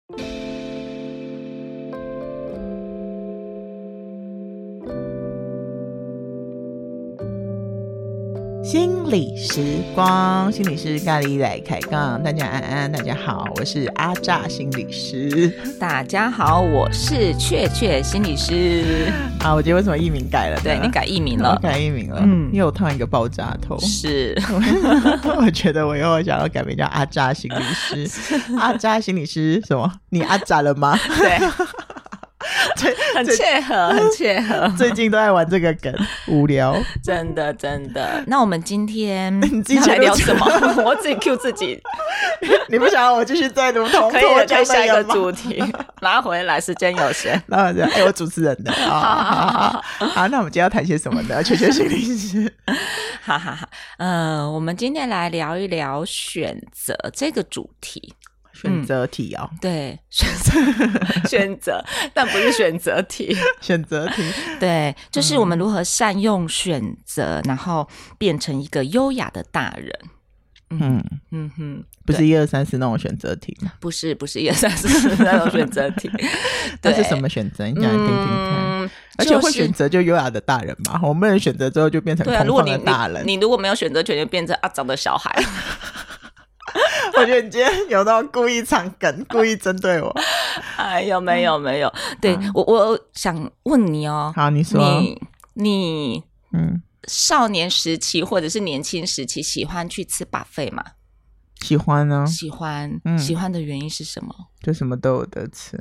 心理时光，心理师咖喱来开杠。大家安安，大家好，我是阿炸心理师。 大家好，我是雀雀心理师。 啊，我觉得为什么艺名改了呢？ 对，你改艺名了， 我改艺名了，因为我烫一个爆炸头。 是， 我觉得我以后想要改名叫阿炸心理师。阿炸心理师什么？你阿炸了吗？ 对。很切合，很切合。 最近都在玩这个梗，无聊， 真的真的。那我们今天你自己来聊什么？我自己 cue 自己。 你不想要我继续再读同可以的，可以下一个主题，拉回来，时间有限。 然后我主持人的，好，那我们今天要谈些什么呢？雀雀心理师， 哈哈哈。我们今天来聊一聊选择这个主题。 选择题哦， 对，选择，但不是选择题， 选择题， 对，就是我们如何善用选择，然后变成一个优雅的大人。 不是1、2、3、4那种选择题吗？ 不是1、2、3、4那种选择题。 那是什么选择？你讲来听听看。而且会选择就优雅的大人嘛，我们选择之后就变成空旷的大人。 你如果没有选择权，就变成阿长的小孩。 我觉得你今天有那种故意藏梗，故意针对我。 哎呦，没有，对，我想问你哦。 好，你说。 你少年时期或者是年轻时期喜欢去吃 buffet 吗？ 喜欢啊， 喜欢的原因是什么？ 就什么都有得吃。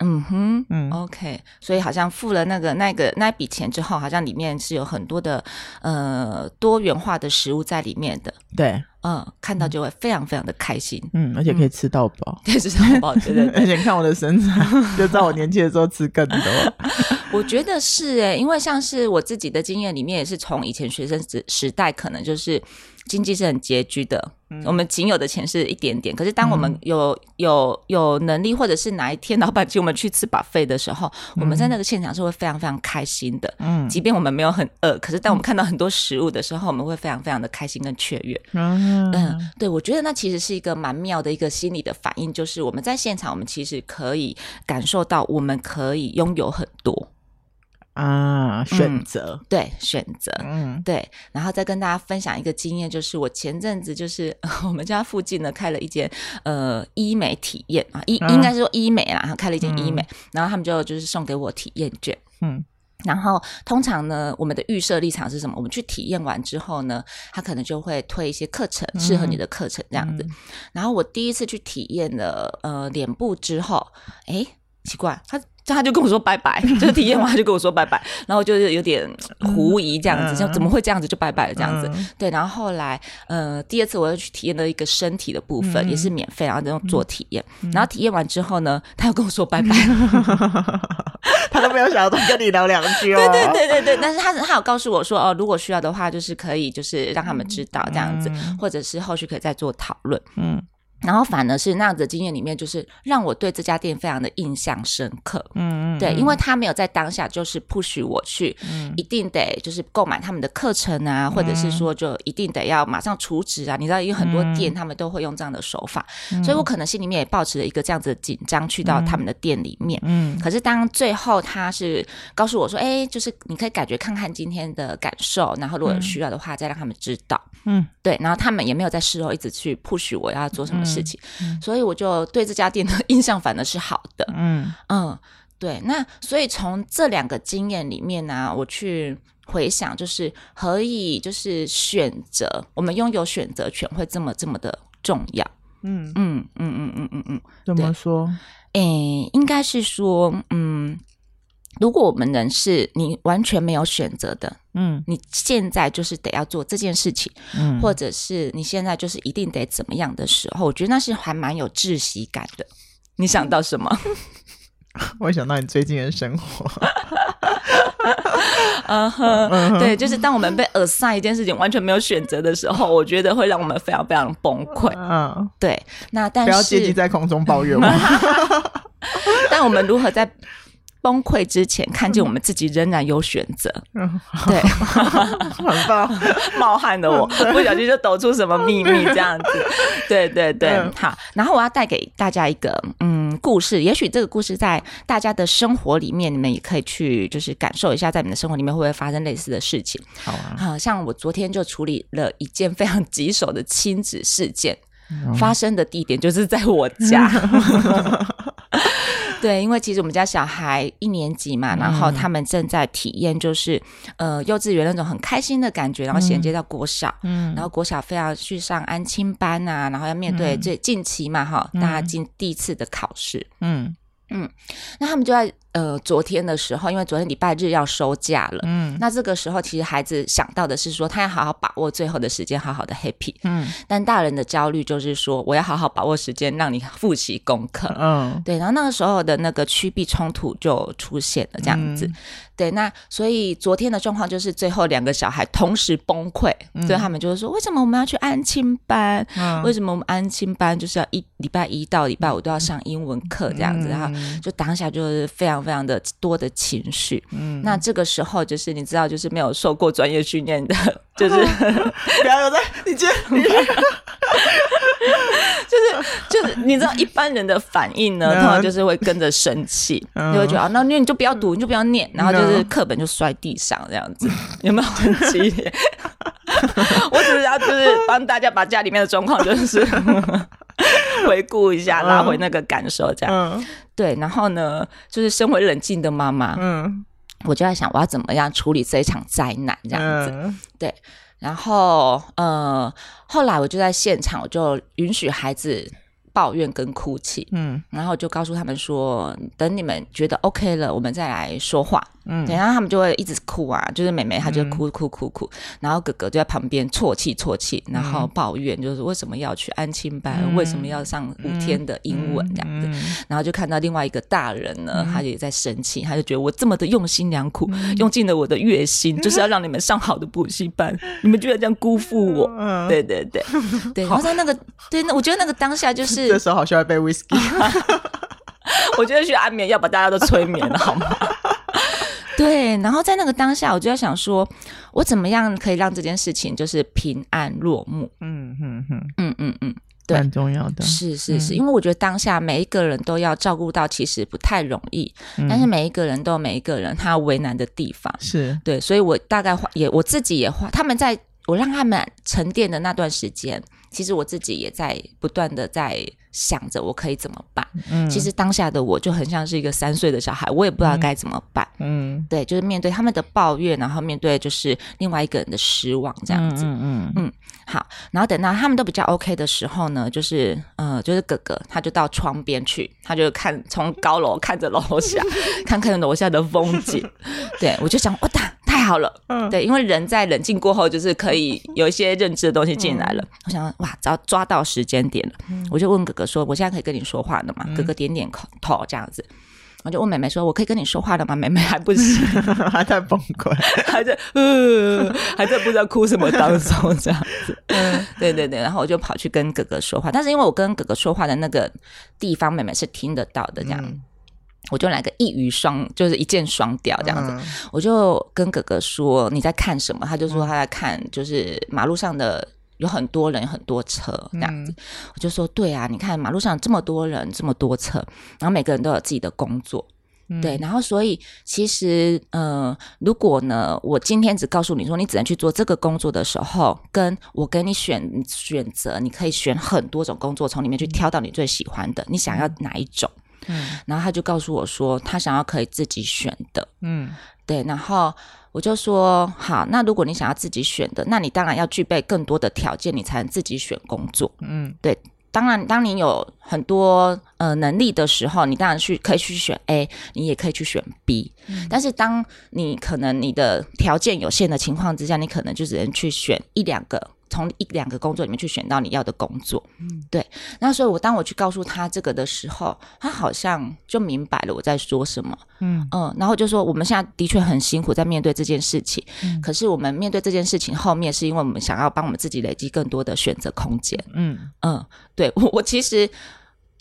OK， 所以好像付了那笔钱之后，好像里面是有很多的多元化的食物在里面的。 对， 看到就会非常非常的开心。 而且可以吃到饱， 可以吃到饱，对。 而且看我的身材，就知道我年轻的时候吃更多。 我觉得是因为像是我自己的经验里面，也是从以前学生时代，可能就是经济是很拮据的，我们仅有的钱是一点点。可是当我们有能力，或者是哪一天老板请我们去吃 buffet 的时候，我们在那个现场是会非常非常开心的。即便我们没有很饿，可是当我们看到很多食物的时候，我们会非常非常的开心跟雀跃。对，我觉得那其实是一个蛮妙的一个心理的反应，就是我们在现场，我们其实可以感受到我们可以拥有很多。 选择， 对，选择，对，然后再跟大家分享一个经验，就是我前阵子就是我们家附近呢开了一间医美体验啊，应该是说医美啦，然后开了一间医美，然后他们就是送给我体验券，然后通常呢我们的预设立场是什么？我们去体验完之后呢，他可能就会推一些课程，适合你的课程这样子。然后我第一次去体验了脸部之后，奇怪，他就跟我说拜拜，就是体验完他就跟我说拜拜，然后就是有点狐疑这样子，怎么会这样子就拜拜了这样子。对，然后后来第二次我又去体验了一个身体的部分，也是免费，然后这种做体验，然后体验完之后呢，他又跟我说拜拜。 他都没有想要多跟你聊两句哦。 对，但是他有告诉我说如果需要的话就是可以就是让他们知道这样子，或者是后续可以再做讨论。然后反而是那样子的经验里面，就是让我对这家店非常的印象深刻。对，因为他没有在当下就是 push 我去一定得就是购买他们的课程啊，或者是说就一定得要马上储值啊，你知道有很多店他们都会用这样的手法，所以我可能心里面也抱持了一个这样子的紧张去到他们的店里面。可是当最后他是告诉我说就是你可以感觉看看今天的感受，然后如果有需要的话再让他们知道。对，然后他们也没有在事后一直去 push 我要做什么事情，所以我就对这家店的印象反而是好的。对，那所以从这两个经验里面呢，我去回想，就是何以就是选择，我们拥有选择权会这么的重要。 怎么说？ 应该是说，如果我们人是你完全没有选择的，你现在就是得要做这件事情，或者是你现在就是一定得怎么样的时候，我觉得那是还蛮有窒息感的。你想到什么？ 我想到你最近的生活。 对，就是当我们被assign一件事情完全没有选择的时候，我觉得会让我们非常非常崩溃。对，那但是不要借机在空中抱怨我。 但我们如何在崩溃之前看见我们自己仍然有选择。对， 很棒， 冒汗的我不小心就抖出什么秘密这样子。对对对，好，然后我要带给大家一个故事，也许这个故事在大家的生活里面，你们也可以去就是感受一下，在你们的生活里面会不会发生类似的事情。 好啊， 像我昨天就处理了一件非常棘手的亲子事件，发生的地点就是在我家。对，因为其实我们家小孩1年级嘛，然后他们正在体验就是幼稚园那种很开心的感觉，然后衔接到国小，然后国小非要去上安亲班啊，然后要面对最近期嘛大家进第一次的考试，那他们就在昨天的时候，因为昨天礼拜日要收假了，那这个时候其实孩子想到的是说他要好好把握最后的时间，好好的 happy，但大人的焦虑就是说我要好好把握时间让你复习功课，对，然后那个时候的那个趋避冲突就出现了这样子，对，那所以昨天的状况就是最后2个小孩同时崩溃，所以他们就是说为什么我们要去安亲班，为什么我们安亲班就是要礼拜1到礼拜5都要上英文课这样子，然后就当下就是非常非常的多的情绪，那这个时候就是你知道就是没有受过专业训练的就是不要有在你接就是你知道一般人的反应呢通常就是会跟着生气，就会觉得那你就不要读，你就不要念，然后就是课本就摔地上这样子，有没有很激烈？我只是要就是帮大家把家里面的状况就是回顾一下，拉回那个感受这样，对，然后呢就是身为冷静的妈妈，我就在想我要怎么样处理这一场灾难这样子，对，然后后来我就在现场，我就允许孩子抱怨跟哭泣，然后就告诉他们说等你们觉得 OK 了我们再来说话，对，然后他们就会一直哭啊，就是妹妹她就哭，然后哥哥就在旁边啜泣，然后抱怨就是为什么要去安亲班，为什么要上5天的英文这样子，然后就看到另外一个大人呢，他也在生气，他就觉得我这么的用心良苦，用尽了我的月薪，就是要让你们上好的补习班，你们居然这样辜负我，对对对对，然后在那个对，我觉得那个当下就是这时候好需要杯 whisky 我觉得去安眠要把大家都催眠了好吗？对，然后在那个当下我就在想说我怎么样可以让这件事情就是平安落幕， 对，蛮重要的， 是因为我觉得当下每一个人都要照顾到其实不太容易，但是每一个人都有每一个人他为难的地方，是对，所以我大概我自己也他们在我让他们沉淀的那段时间，其实我自己也在不断的在想着我可以怎么办，其实当下的我就很像是一个3岁的小孩，我也不知道该怎么办，对，就是面对他们的抱怨，然后面对就是另外一个人的失望这样子，好，然后等到他们都比较 OK 的时候呢，就是哥哥他就到窗边去，他就看从高楼看着楼下看楼下的风景，对，我就想哇太好了，对，因为人在冷静过后就是可以有一些认知的东西进来了，我想哇只要抓到时间点了，我就问哥哥说我现在可以跟你说话了吗？哥哥点点头这样子，我就问妹妹说我可以跟你说话了吗？妹妹还不行还在崩溃还在不知道哭什么当中这样子对对对，然后我就跑去跟哥哥说话，但是因为我跟哥哥说话的那个地方妹妹是听得到的这样，我就来个就是一箭双雕这样子，我就跟哥哥说你在看什么？他就说他在看就是马路上的有很多人有很多车这样子，我就说对啊，你看马路上这么多人这么多车，然后每个人都有自己的工作，对，然后所以其实如果呢我今天只告诉你说你只能去做这个工作的时候，跟我给你选择你可以选很多种工作，从里面去挑到你最喜欢的，你想要哪一种，然后他就告诉我说他想要可以自己选的，对，然后我就说好，那如果你想要自己选的，那你当然要具备更多的条件你才能自己选工作，对，当然当你有很多能力的时候，你当然可以去选 A， 你也可以去选 B，但是当你可能你的条件有限的情况之下，你可能就只能去选从1-2个工作里面去选到你要的工作，对，那所以当我去告诉他这个的时候，他好像就明白了我在说什么，然后就说我们现在的确很辛苦在面对这件事情，可是我们面对这件事情后面是因为我们想要帮我们自己累积更多的选择空间，对，我其实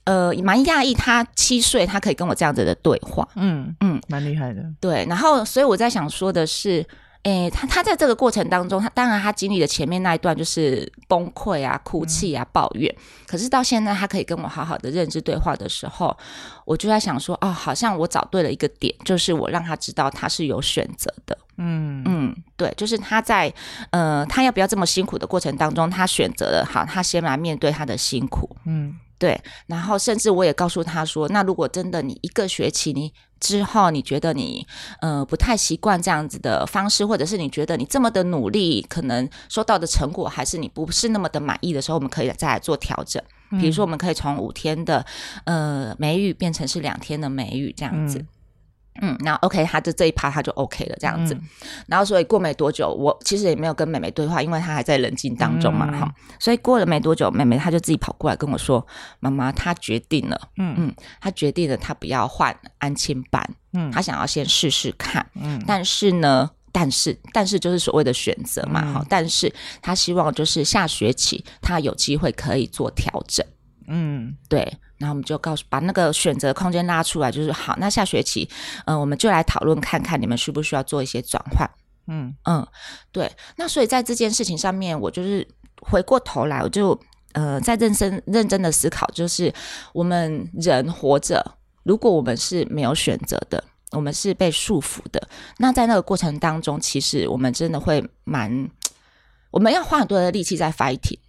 蛮讶异，他7岁他可以跟我这样子的对话， 蛮厉害的。 对，然后所以我在想说的是，他在这个过程当中，他当然他经历了前面那一段就是崩溃啊、哭泣啊、抱怨，可是到现在他可以跟我好好的认知对话的时候，我就在想说，哦，好像我找对了一个点，就是我让他知道他是有选择的。对，就是他在他要不要这么辛苦的过程当中，他选择了好，他先来面对他的辛苦。对，然后甚至我也告诉他说，那如果真的你1个学期你之后你觉得你不太习惯这样子的方式，或者是你觉得你这么的努力可能收到的成果还是你不是那么的满意的时候，我们可以再来做调整。比如说我们可以从5天的美语变成是2天的美语这样子。然后 OK 他这一趴他就 OK 了这样子。然后所以过没多久，我其实也没有跟妹妹对话，因为她还在冷静当中嘛。所以过了没多久，妹妹她就自己跑过来跟我说，妈妈她决定了，她决定了她不要换安亲班，她想要先试试看。但是呢但是就是所谓的选择嘛，但是她希望就是下学期她有机会可以做调整。对，然后我们就把那个选择空间拉出来，就是好，那下学期我们就来讨论看看你们需不需要做一些转换。对，那所以在这件事情上面，我就是回过头来，我就在认真的思考，就是我们人活着，如果我们是没有选择的，我们是被束缚的，那在那个过程当中，其实我们真的会我们要花很多的力气在 fighting。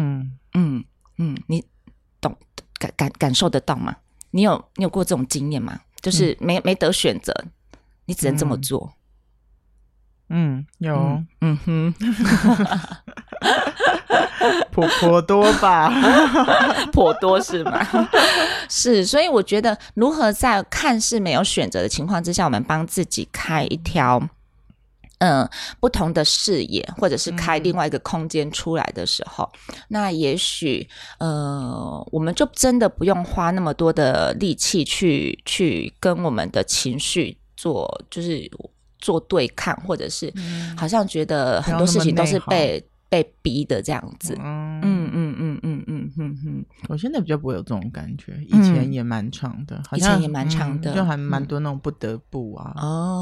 你懂感受得到吗？你有过这种经验吗？就是没得选择，你只能这么做。 有。颇多吧。 颇多是吗？是，所以我觉得如何在看似没有选择的情况之下，我们帮自己开一条不同的视野，或者是开另外一个空间出来的时候，那也许我们就真的不用花那么多的力气去跟我们的情绪就是做对抗，或者是好像觉得很多事情都是被逼的这样子。 我现在比较不会有这种感觉，以前也蛮长的， 以前也蛮长的， 就还蛮多那种不得不啊。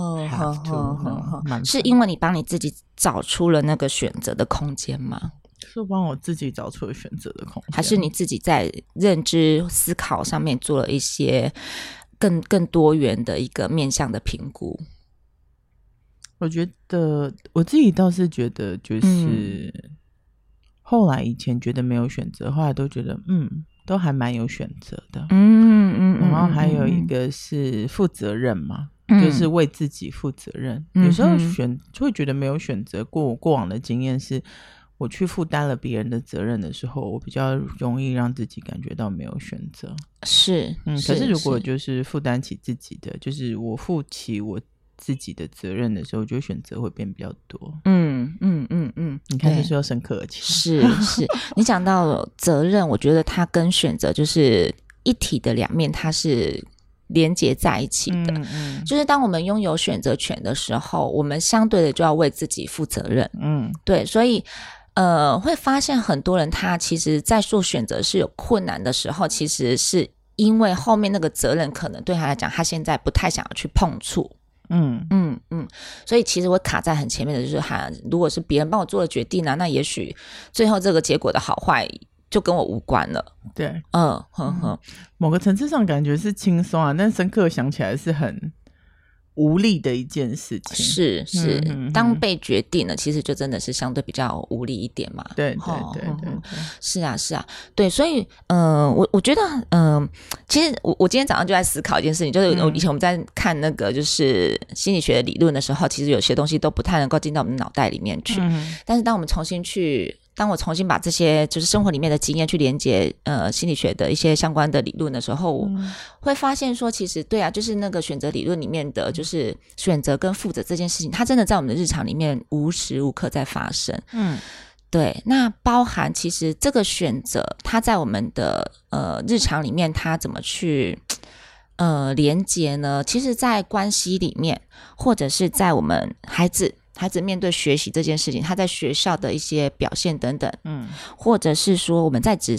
是因为你帮你自己找出了那个选择的空间吗？ 是帮我自己找出了选择的空间， 还是你自己在认知思考上面做了一些更多元的一个面向的评估？ 我觉得我自己倒是觉得就是后来以前觉得没有选择，后来都觉得都还蛮有选择的。然后还有一个是负责任嘛，就是为自己负责任。有时候就会觉得没有选择，过往的经验是我去负担了别人的责任的时候，我比较容易让自己感觉到没有选择。 是可是如果就是负担起自己的，就是我负起我自己的责任的时候，我觉得选择会变比较多。你看这是要深刻起来。是你讲到责任，我觉得它跟选择就是一体的两面，它是连结在一起的。就是当我们拥有选择权的时候，我们相对的就要为自己负责任。对，所以会发现很多人他其实在做选择是有困难的时候，其实是因为后面那个责任可能对他来讲，他现在不太想要去碰触。所以其实我卡在很前面的就是如果是别人帮我做了决定啊，那也许最后这个结果的好坏就跟我无关了。 对，某个层次上感觉是轻松啊，但深刻想起来是很无力的一件事情。 是当被决定了，其实就真的是相对比较无力一点嘛。 对， 是啊对，所以我觉得其实我今天早上就在思考一件事情，就是以前我们在看那个就是心理学的理论的时候，其实有些东西都不太能够进到我们脑袋里面去。但是当我重新把这些就是生活里面的经验去连接心理学的一些相关的理论的时候，我会发现说其实对啊，就是那个选择理论里面的就是选择跟负责这件事情，它真的在我们的日常里面无时无刻在发生。对，那包含其实这个选择它在我们的日常里面它怎么去连接呢？其实在关系里面，或者是在我们孩子面对学习这件事情，他在学校的一些表现等等，或者是说我们在职场，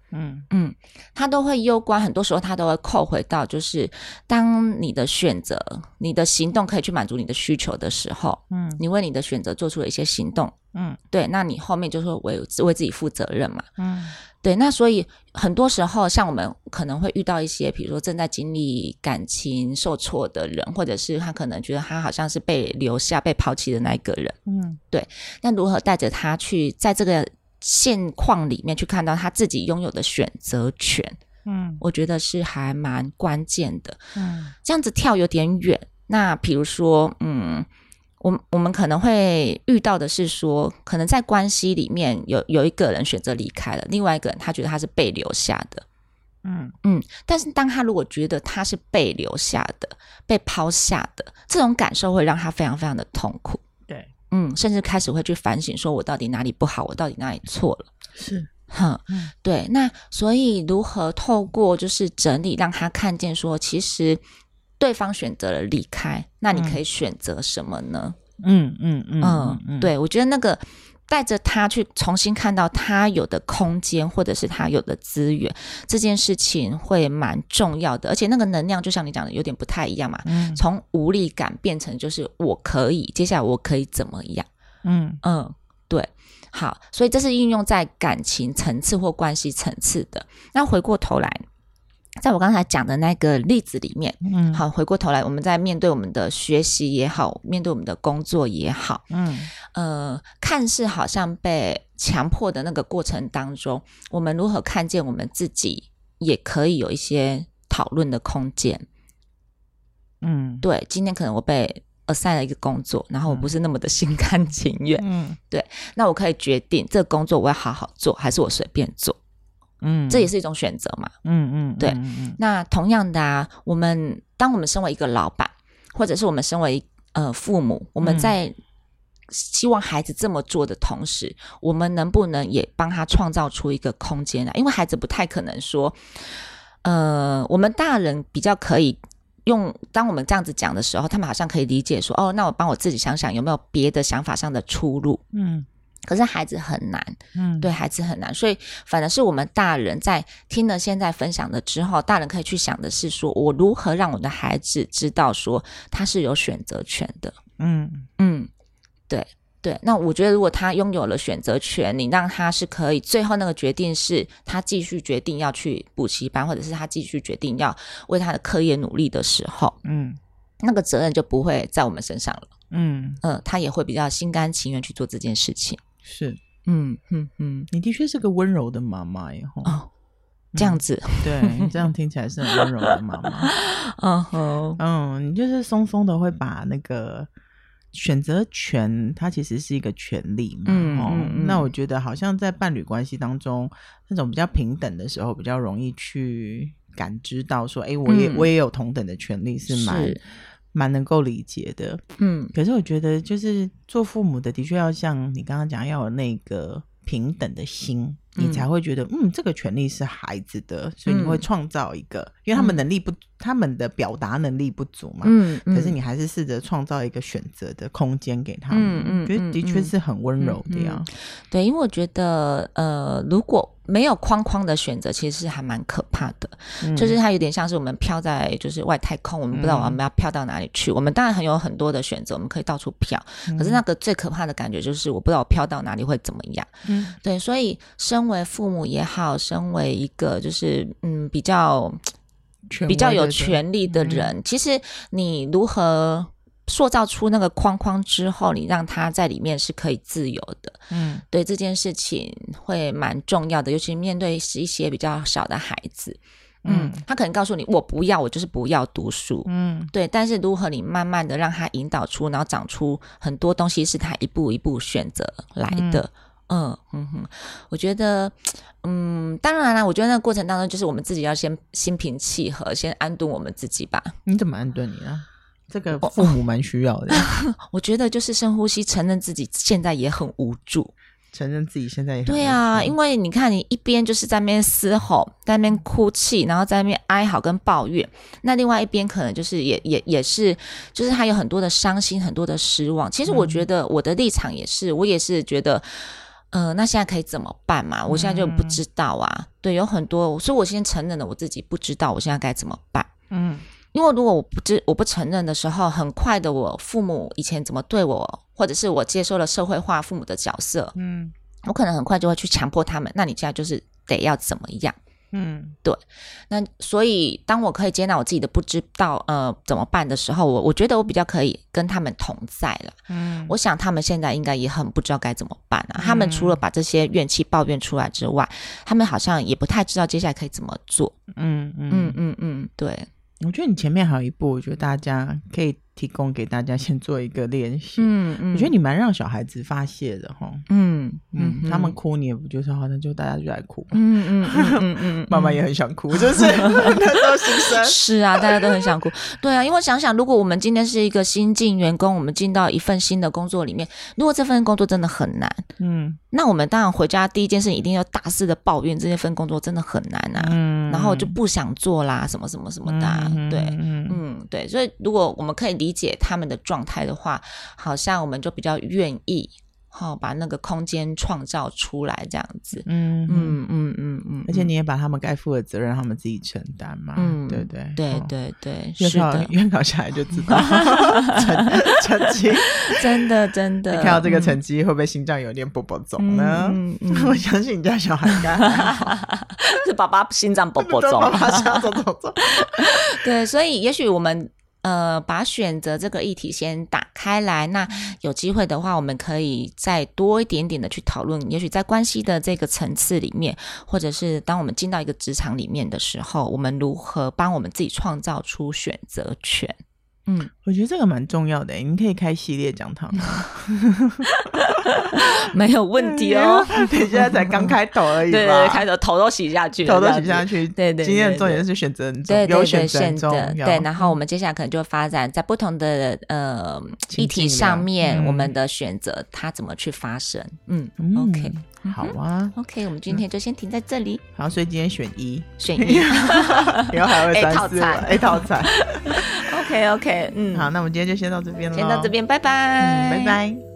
他都会攸关，很多时候他都会扣回到，就是当你的选择、你的行动可以去满足你的需求的时候，你为你的选择做出了一些行动，对，那你后面就是为自己负责任嘛，对，那所以很多时候像我们可能会遇到一些比如说正在经历感情受挫的人，或者是他可能觉得他好像是被留下被抛弃的那一个人，对，那如何带着他去在这个现况里面去看到他自己拥有的选择权，我觉得是还蛮关键的，这样子跳有点远，那比如说我们可能会遇到的是说，可能在关系里面有一个人选择离开了，另外一个人他觉得他是被留下的，但是当他如果觉得他是被留下的、被抛下的，这种感受会让他非常非常的痛苦， 对， 甚至开始会去反省说我到底哪里不好，我到底哪里错了， 是， 对，那所以如何透过就是整理让他看见说其实对方选择了离开，那你可以选择什么呢？对，我觉得那个带着他去重新看到他有的空间或者是他有的资源，这件事情会蛮重要的，而且那个能量就像你讲的有点不太一样嘛，从无力感变成就是我可以，接下来我可以怎么样，对，好，所以这是应用在感情层次或关系层次的。那回过头来在我刚才讲的那个例子里面，好，回过头来我们在面对我们的学习也好，面对我们的工作也好，看似好像被强迫的那个过程当中，我们如何看见我们自己也可以有一些讨论的空间，对，今天可能我被assign了一个工作，然后我不是那么的心甘情愿，对，那我可以决定这个工作我要好好做还是我随便做，这也是一种选择嘛，对，那同样的啊，当我们身为一个老板，或者是我们身为父母，我们在希望孩子这么做的同时，我们能不能也帮他创造出一个空间来？因为孩子不太可能说我们大人比较可以当我们这样子讲的时候，他们好像可以理解说，哦，那我帮我自己想想有没有别的想法上的出路，可是孩子很难，对，孩子很难，所以反而是我们大人在听了现在分享的之后，大人可以去想的是说，我如何让我的孩子知道说他是有选择权的，对，那我觉得如果他拥有了选择权，你让他是可以最后那个决定是他继续决定要去补习班，或者是他继续决定要为他的课业努力的时候，那个责任就不会在我们身上了，他也会比较心甘情愿去做这件事情， 是，你的确是个温柔的妈妈耶， 这样子， 对，这样听起来是很温柔的妈妈，你就是松松的会把那个选择权它其实是一个权利嘛，那我觉得好像在伴侣关系当中那种比较平等的时候比较容易去感知到说我也有同等的权利，是蛮能够理解的，可是我觉得就是做父母的确要像你刚刚讲要有那个平等的心，你才会觉得这个权利是孩子的，所以你会创造一个，因为他们能力不他们的表达能力不足嘛，可是你还是试着创造一个选择的空间给他们，觉得的确是很温柔的呀， 对，因为我觉得如果没有框框的选择其实是还蛮可怕的，就是它有点像是我们飘在就是外太空，我们不知道我们要飘到哪里去，我们当然有很多的选择，我们可以到处飘，可是那个最可怕的感觉就是我不知道我飘到哪里会怎么样，对，所以身为父母也好，身为一个就是比较有权利的人，其实你如何塑造出那个框框之后，你让他在里面是可以自由的，对，这件事情会蛮重要的，尤其面对是一些比较小的孩子，他可能告诉你我不要，我就是不要读书，对，但是如何你慢慢的让他引导出，然后长出很多东西是他一步一步选择来的，我觉得当然啦，我觉得那个过程当中就是我们自己要先心平气和，先安顿我们自己吧。 你怎么安顿你啊？这个父母蛮需要的。 我觉得就是深呼吸，承认自己现在也很无助， 承认自己现在也很无助。 对啊，因为你看你一边就是在那边嘶吼，在那边哭泣，然后在那边哀嚎跟抱怨，那另外一边可能就是也是就是他有很多的伤心，很多的失望。其实我觉得我的立场也是，我也是觉得那现在可以怎么办嘛？我现在就不知道啊。对，有很多，所以我先承认了我自己不知道我现在该怎么办。因为如果我不承认的时候，很快的我父母以前怎么对我，或者是我接受了社会化父母的角色，我可能很快就会去强迫他们，那你现在就是得要怎么样。对，那所以当我可以接纳我自己的不知道怎么办的时候，我觉得我比较可以跟他们同在了。我想他们现在应该也很不知道该怎么办啊。他们除了把这些怨气抱怨出来之外，他们好像也不太知道接下来可以怎么做。对， 我觉得你前面还有一步，我觉得大家可以提供给大家先做一个练习。我觉得你蛮让小孩子发泄的齁。他们哭你也不就是好，那就大家就来哭。妈妈也很想哭，就是那时候心声。 是啊，大家都很想哭。对啊，因为想想如果我们今天是一个新进员工，我们进到一份新的工作里面，如果这份工作真的很难，那我们当然回家第一件事情一定要大肆的抱怨这份工作真的很难啊，然后就不想做啦，什么什么什么的啊。对，所以如果我们可以理解他们的状态的话，好像我们就比较愿意把那个空间创造出来这样子。 而且你也把他们该负的责任他们自己承担嘛。对不对？ 对， 是的，月考下来就知道成绩真的你看到这个成绩会不会心脏有点啵啵肿呢？我相信你家小孩应该还好。 是爸爸心脏啵啵肿， 爸爸心脏肿。 对，所以也许我们把选择这个议题先打开来，那有机会的话我们可以再多一点点的去讨论，也许在关系的这个层次里面，或者是当我们进到一个职场里面的时候，我们如何帮我们自己创造出选择权。 我觉得这个蛮重要的，你可以开系列讲堂。 没有问题哦。 你现在才刚开头而已吧？ 对，开头都洗下去， 头都洗下去。对，今天的重点是选择很重要，有选择很重要。 对，然后我们接下来可能就发展在不同的议题上面，我们的选择它怎么去发生。OK， 好啊。 OK， 我们今天就先停在这里。 好，所以今天选一， 以后还会3、4 A 套餐。 OK， 好，那我们今天就先到这边了。 先到这边，拜拜， 拜拜。